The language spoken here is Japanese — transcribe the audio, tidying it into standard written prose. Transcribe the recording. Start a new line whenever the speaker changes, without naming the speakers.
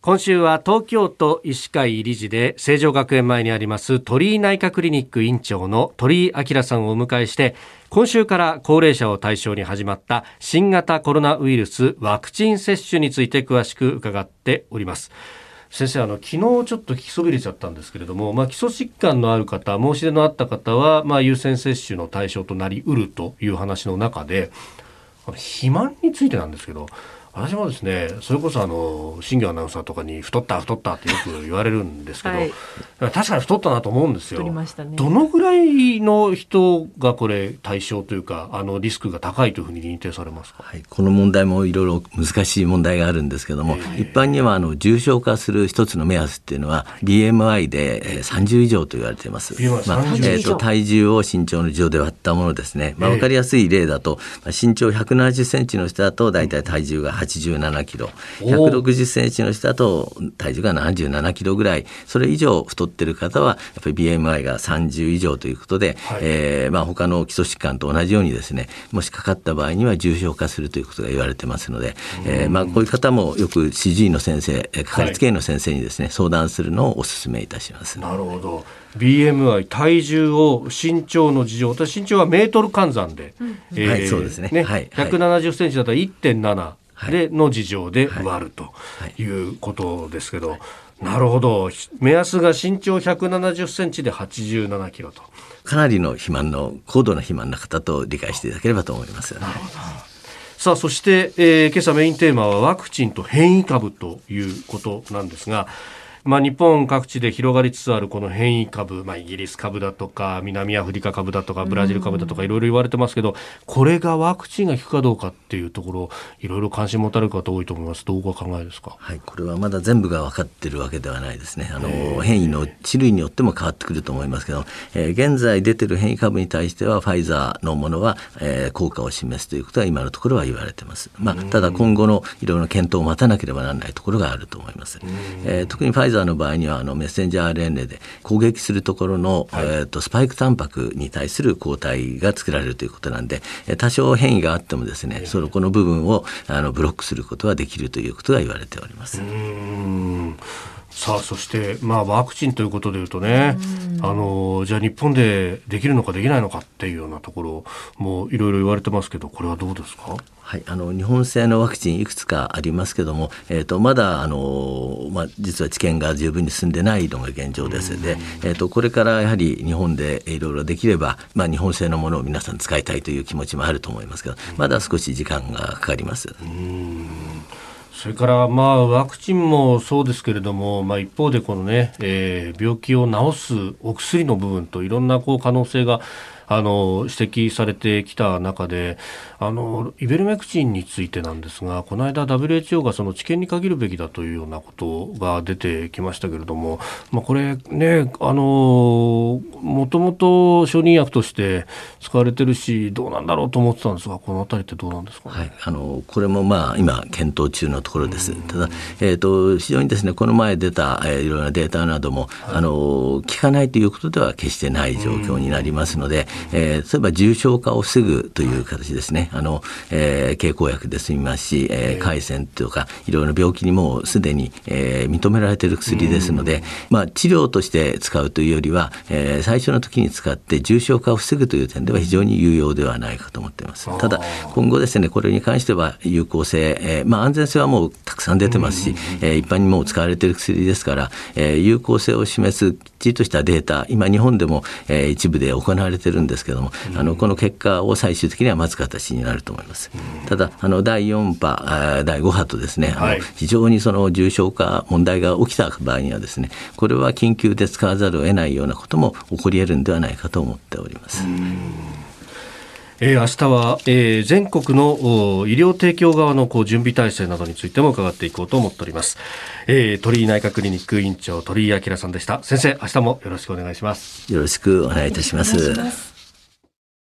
今週は東京都医師会理事で成城学園前にあります鳥居内科クリニック院長の鳥居明さんをお迎えして、今週から高齢者を対象に始まった新型コロナウイルスワクチン接種について詳しく伺っております。先生、昨日ちょっと聞きそびれちゃったんですけれども、基礎疾患のある方、申し出のあった方は、優先接種の対象となりうるという話の中で、肥満についてなんですけど、私もですね、それこそ新業アナウンサーとかに太ったってよく言われるんですけど、はい、確かに太ったなと思うんですよ。太りましたね。どのぐらいの人がこれ対象というかリスクが高いというふうに認定されますか？
はい、この問題もいろいろ難しい問題があるんですけども、一般には重症化する一つの目安っていうのは BMI で30以上と言われています。体重を身長の乗で割ったものですね。分かりやすい例だと、身長170センチの人だとだいたい体重が87キロ、160センチの人だと体重が77キロぐらい、それ以上太ってる方はやっぱり BMI が30以上ということで、他の基礎疾患と同じようにですね、もしかかった場合には重症化するということが言われてますので、こういう方もよく主治医の先生、かかりつけ医の先生にですね、相談するのをお勧めいたします。
なるほど。BMI 体重を身長の事情、私身長はメートル換算で、
そうですね。
170センチだったら 1.7での事情で割るということですけど、なるほど。目安が身長170センチで87キロと、
かなりの肥満の高度な肥満な方と理解していただければと思いますよね。
なるほど。さあ、そして、今朝メインテーマはワクチンと変異株ということなんですが、日本各地で広がりつつあるこの変異株、イギリス株だとか南アフリカ株だとかブラジル株だとかいろいろ言われてますけど、これがワクチンが効くかどうかっていうところ、いろいろ関心持たれる方多いと思います。どうお考えですか？
はい、これはまだ全部が分かっているわけではないですね。変異の種類によっても変わってくると思いますけど、現在出ている変異株に対してはファイザーのものは、効果を示すということは今のところは言われています。ただ今後のいろいろな検討を待たなければならないところがあると思います。特にファイザーの場合にはメッセンジャー RNA で攻撃するところの、スパイクタンパクに対する抗体が作られるということなんで、多少変異があってもですね、この部分をブロックすることはできるということが言われております。
さあ、そして、ワクチンということでいうとね、じゃあ日本でできるのかできないのかっていうようなところもいろいろ言われてますけど、これはどうですか？
はい、日本製のワクチンいくつかありますけども、まだ実は治験が十分に進んでないのが現状です。で、これからやはり日本でいろいろできれば、日本製のものを皆さん使いたいという気持ちもあると思いますけど、まだ少し時間がかかります。
それからワクチンもそうですけれども、一方でこのね、病気を治すお薬の部分といろんな可能性が指摘されてきた中で、イベルメクチンについてなんですが、この間 WHO がその治験に限るべきだというようなことが出てきましたけれども、これね、もともと承認薬として使われてるし、どうなんだろうと思ってたんですが、このあたりってどうなんですかね？
はい、これも今検討中のところです。ただ、非常にですね、この前出た、いろいろなデータなども、効かないということでは決してない状況になりますので、例えば重症化を防ぐという形ですね。経口薬で済みますし、回線とかいろいろな病気にもすでに、認められている薬ですので、治療として使うというよりは、最初の時に使って重症化を防ぐという点では非常に有用ではないかと思っています。ただ今後ですね、これに関しては有効性、安全性はもうたくさん出てますし、一般にもう使われている薬ですから、有効性を示すきっちりとしたデータ、今日本でも、一部で行われているんですけども、この結果を最終的には待つ形になると思います。ただ第4波、第5波とですね、非常にその重症化問題が起きた場合にはですね、これは緊急で使わざるを得ないようなことも起こり得るんではないかと思っております。
明日は、全国の医療提供側の準備体制などについても伺っていこうと思っております。鳥居内科クリニック院長鳥居明さんでした。先生、明日もよろしくお願いします。
よろしくお願いいたします。